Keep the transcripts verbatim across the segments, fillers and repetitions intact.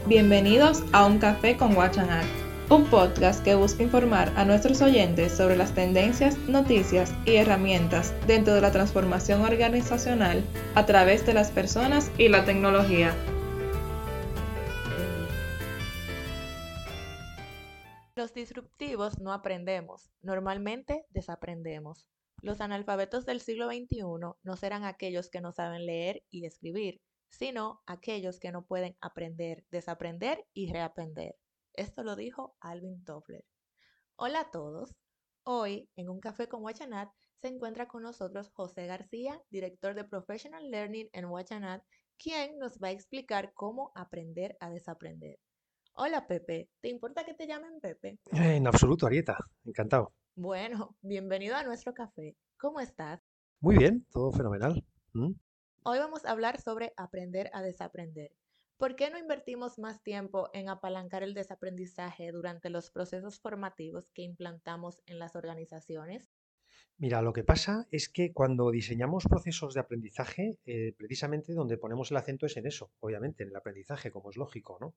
Bienvenidos a Un Café con Guachanal, un podcast que busca informar a nuestros oyentes sobre las tendencias, noticias y herramientas dentro de la transformación organizacional a través de las personas y la tecnología. Los disruptivos no aprendemos, normalmente desaprendemos. Los analfabetos del siglo veintiuno no serán aquellos que no saben leer y escribir, sino aquellos que no pueden aprender, desaprender y reaprender. Esto lo dijo Alvin Toffler. Hola a todos. Hoy, en Un Café con Wachanat, se encuentra con nosotros José García, director de Professional Learning en Wachanat, quien nos va a explicar cómo aprender a desaprender. Hola Pepe, ¿te importa que te llamen Pepe? En absoluto, Arieta, encantado. Bueno, bienvenido a nuestro café. ¿Cómo estás? Muy bien, todo fenomenal. ¿Mm? Hoy vamos a hablar sobre aprender a desaprender. ¿Por qué no invertimos más tiempo en apalancar el desaprendizaje durante los procesos formativos que implantamos en las organizaciones? Mira, lo que pasa es que cuando diseñamos procesos de aprendizaje, eh, precisamente donde ponemos el acento es en eso, obviamente, en el aprendizaje, como es lógico, ¿no?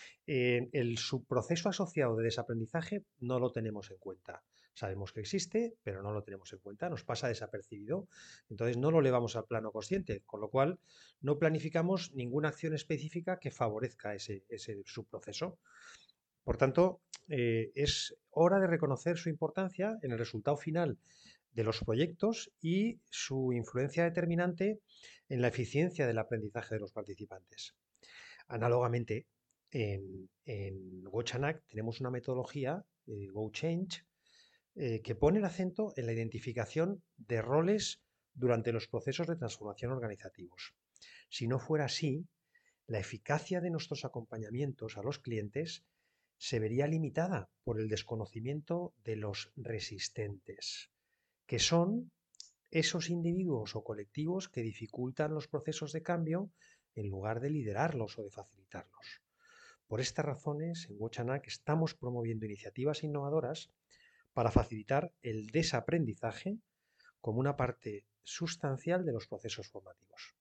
Eh, el subproceso asociado de desaprendizaje no lo tenemos en cuenta. Sabemos que existe, pero no lo tenemos en cuenta, nos pasa desapercibido, entonces no lo elevamos al plano consciente, con lo cual no planificamos ninguna acción específica que favorezca ese, ese subproceso. Por tanto, eh, es hora de reconocer su importancia en el resultado final de los proyectos y su influencia determinante en la eficiencia del aprendizaje de los participantes. Análogamente, en, en GoChanak tenemos una metodología, eh, GoChange, eh, que pone el acento en la identificación de roles durante los procesos de transformación organizativos. Si no fuera así, la eficacia de nuestros acompañamientos a los clientes se vería limitada por el desconocimiento de los resistentes, que son esos individuos o colectivos que dificultan los procesos de cambio en lugar de liderarlos o de facilitarlos. Por estas razones, en Wochanak estamos promoviendo iniciativas innovadoras para facilitar el desaprendizaje como una parte sustancial de los procesos formativos.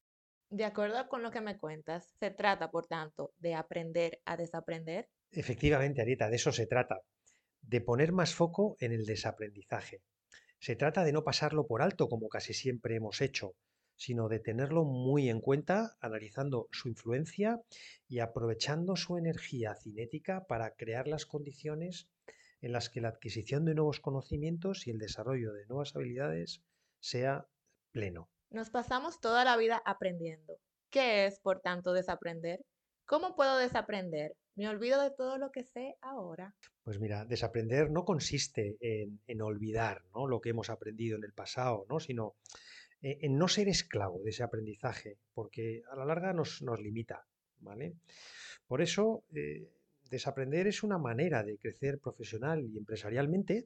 De acuerdo con lo que me cuentas, se trata, por tanto, de aprender a desaprender. Efectivamente, Arieta, de eso se trata, de poner más foco en el desaprendizaje. Se trata de no pasarlo por alto como casi siempre hemos hecho, sino de tenerlo muy en cuenta, analizando su influencia y aprovechando su energía cinética para crear las condiciones en las que la adquisición de nuevos conocimientos y el desarrollo de nuevas habilidades sea pleno. Nos pasamos toda la vida aprendiendo. ¿Qué es, por tanto, desaprender? ¿Cómo puedo desaprender? Me olvido de todo lo que sé ahora. Pues mira, desaprender no consiste en, en olvidar, ¿no?, lo que hemos aprendido en el pasado, ¿no?, sino eh, en no ser esclavo de ese aprendizaje, porque a la larga nos, nos limita, ¿vale? Por eso, eh, desaprender es una manera de crecer profesional y empresarialmente,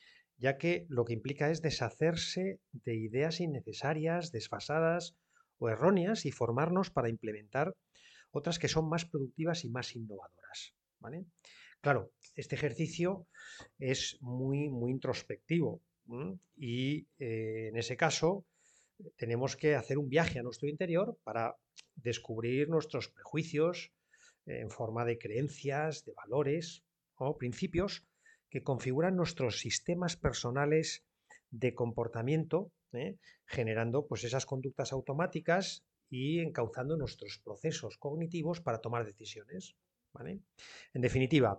ya que lo que implica es deshacerse de ideas innecesarias, desfasadas o erróneas y formarnos para implementar otras que son más productivas y más innovadoras, ¿vale? Claro, este ejercicio es muy, muy introspectivo, ¿m? y eh, en ese caso tenemos que hacer un viaje a nuestro interior para descubrir nuestros prejuicios eh, en forma de creencias, de valores o principios que configuran nuestros sistemas personales de comportamiento, ¿eh?, generando pues esas conductas automáticas y encauzando nuestros procesos cognitivos para tomar decisiones, ¿vale? En definitiva,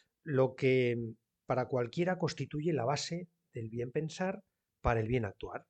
lo que para cualquiera constituye la base del bien pensar para el bien actuar.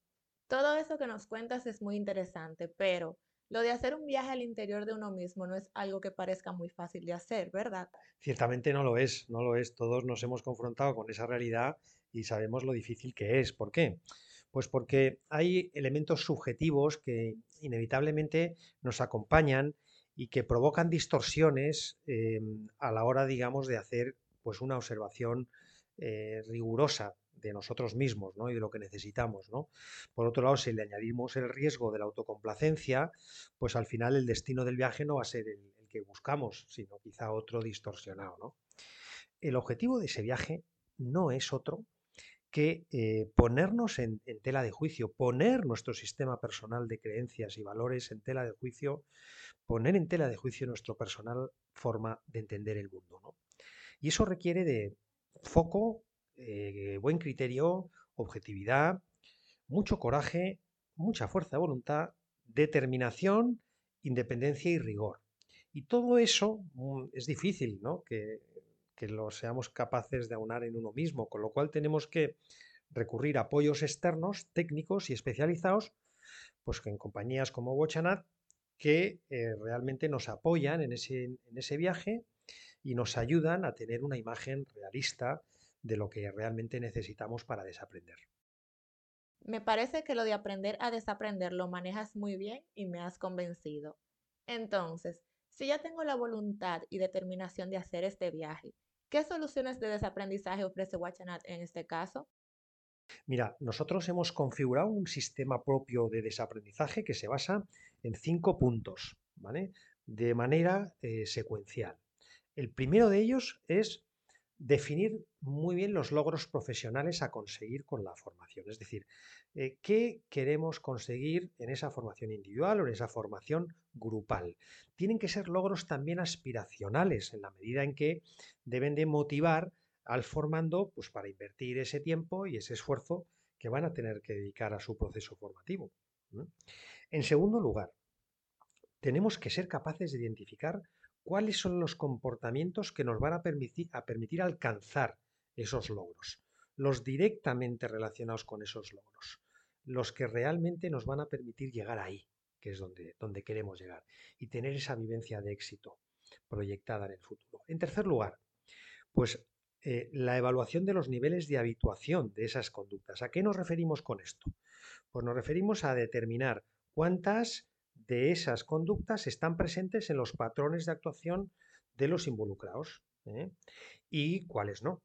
Todo eso que nos cuentas es muy interesante, pero lo de hacer un viaje al interior de uno mismo no es algo que parezca muy fácil de hacer, ¿verdad? Ciertamente no lo es, no lo es. Todos nos hemos confrontado con esa realidad y sabemos lo difícil que es. ¿Por qué? Pues porque hay elementos subjetivos que inevitablemente nos acompañan y que provocan distorsiones eh, a la hora, digamos, de hacer pues una observación eh, rigurosa de nosotros mismos, ¿no?, y de lo que necesitamos, ¿no? Por otro lado, si le añadimos el riesgo de la autocomplacencia, pues al final el destino del viaje no va a ser el, el que buscamos, sino quizá otro distorsionado, ¿no? El objetivo de ese viaje no es otro que eh, ponernos en, en tela de juicio, poner nuestro sistema personal de creencias y valores en tela de juicio, poner en tela de juicio nuestra personal forma de entender el mundo, ¿no? Y eso requiere de foco, eh, buen criterio, objetividad, mucho coraje, mucha fuerza de voluntad, determinación, independencia y rigor. Y todo eso mm, es difícil, ¿no? Que, que lo seamos capaces de aunar en uno mismo, con lo cual tenemos que recurrir a apoyos externos, técnicos y especializados, pues que en compañías como Watch and Add, que eh, realmente nos apoyan en ese, en ese viaje y nos ayudan a tener una imagen realista de lo que realmente necesitamos para desaprender. Me parece que lo de aprender a desaprender lo manejas muy bien y me has convencido. Entonces, si ya tengo la voluntad y determinación de hacer este viaje, ¿qué soluciones de desaprendizaje ofrece Watch and Add en este caso? Mira, nosotros hemos configurado un sistema propio de desaprendizaje que se basa en cinco puntos, ¿vale? De manera eh, secuencial. El primero de ellos es definir muy bien los logros profesionales a conseguir con la formación. Es decir, eh, ¿qué queremos conseguir en esa formación individual o en esa formación grupal? Tienen que ser logros también aspiracionales, en la medida en que deben de motivar al formando, pues, para invertir ese tiempo y ese esfuerzo que van a tener que dedicar a su proceso formativo. ¿Mm? En segundo lugar, tenemos que ser capaces de identificar cuáles son los comportamientos que nos van a permitir, a permitir alcanzar esos logros, los directamente relacionados con esos logros, los que realmente nos van a permitir llegar ahí, que es donde, donde queremos llegar, y tener esa vivencia de éxito proyectada en el futuro. En tercer lugar, pues eh, la evaluación de los niveles de habituación de esas conductas. ¿A qué nos referimos con esto? Pues nos referimos a determinar cuántas de esas conductas están presentes en los patrones de actuación de los involucrados, ¿eh? Y cuáles no,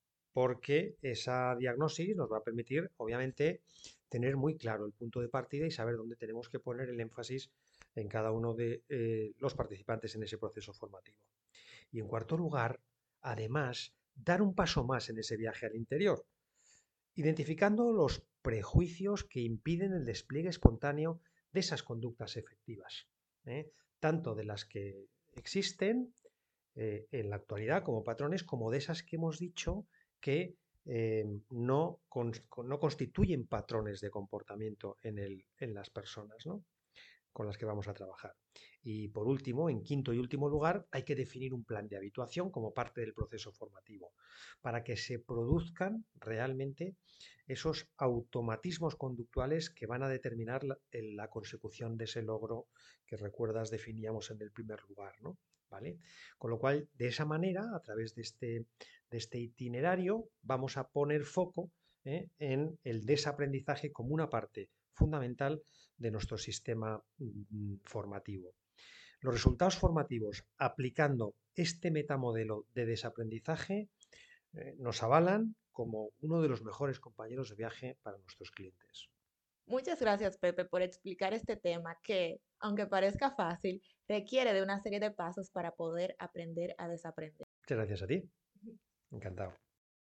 porque esa diagnosis nos va a permitir, obviamente, tener muy claro el punto de partida y saber dónde tenemos que poner el énfasis en cada uno de eh, los participantes en ese proceso formativo. Y en cuarto lugar, además, dar un paso más en ese viaje al interior, identificando los prejuicios que impiden el despliegue espontáneo de esas conductas efectivas, ¿eh? Tanto de las que existen eh, en la actualidad como patrones, como de esas que hemos dicho que eh, no, con, no constituyen patrones de comportamiento en, el, en las personas, ¿no?, con las que vamos a trabajar. Y por último, en quinto y último lugar, hay que definir un plan de habituación como parte del proceso formativo, para que se produzcan realmente esos automatismos conductuales que van a determinar la, la consecución de ese logro que, recuerdas, definíamos en el primer lugar, ¿no? ¿Vale? Con lo cual, de esa manera, a través de este, de este itinerario, vamos a poner foco ¿eh? en el desaprendizaje como una parte fundamental de nuestro sistema mm, formativo. Los resultados formativos aplicando este metamodelo de desaprendizaje eh, nos avalan como uno de los mejores compañeros de viaje para nuestros clientes. Muchas gracias, Pepe, por explicar este tema que, aunque parezca fácil, requiere de una serie de pasos para poder aprender a desaprender. Muchas gracias a ti. Encantado.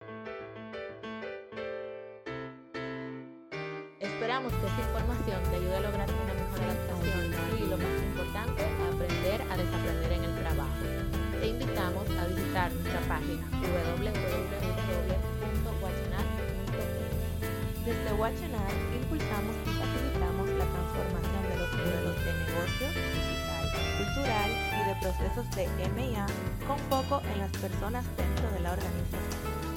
Esperamos que esta información te ayude a lograr una mejor adaptación y, lo más importante, a aprender a desaprender en el trabajo. Te invitamos a visitar nuestra página w w w punto watch and add punto com. Desde Watch and Add impulsamos y facilitamos la transformación de los modelos de negocio, digital, cultural y de procesos de M y A con foco en las personas dentro de la organización.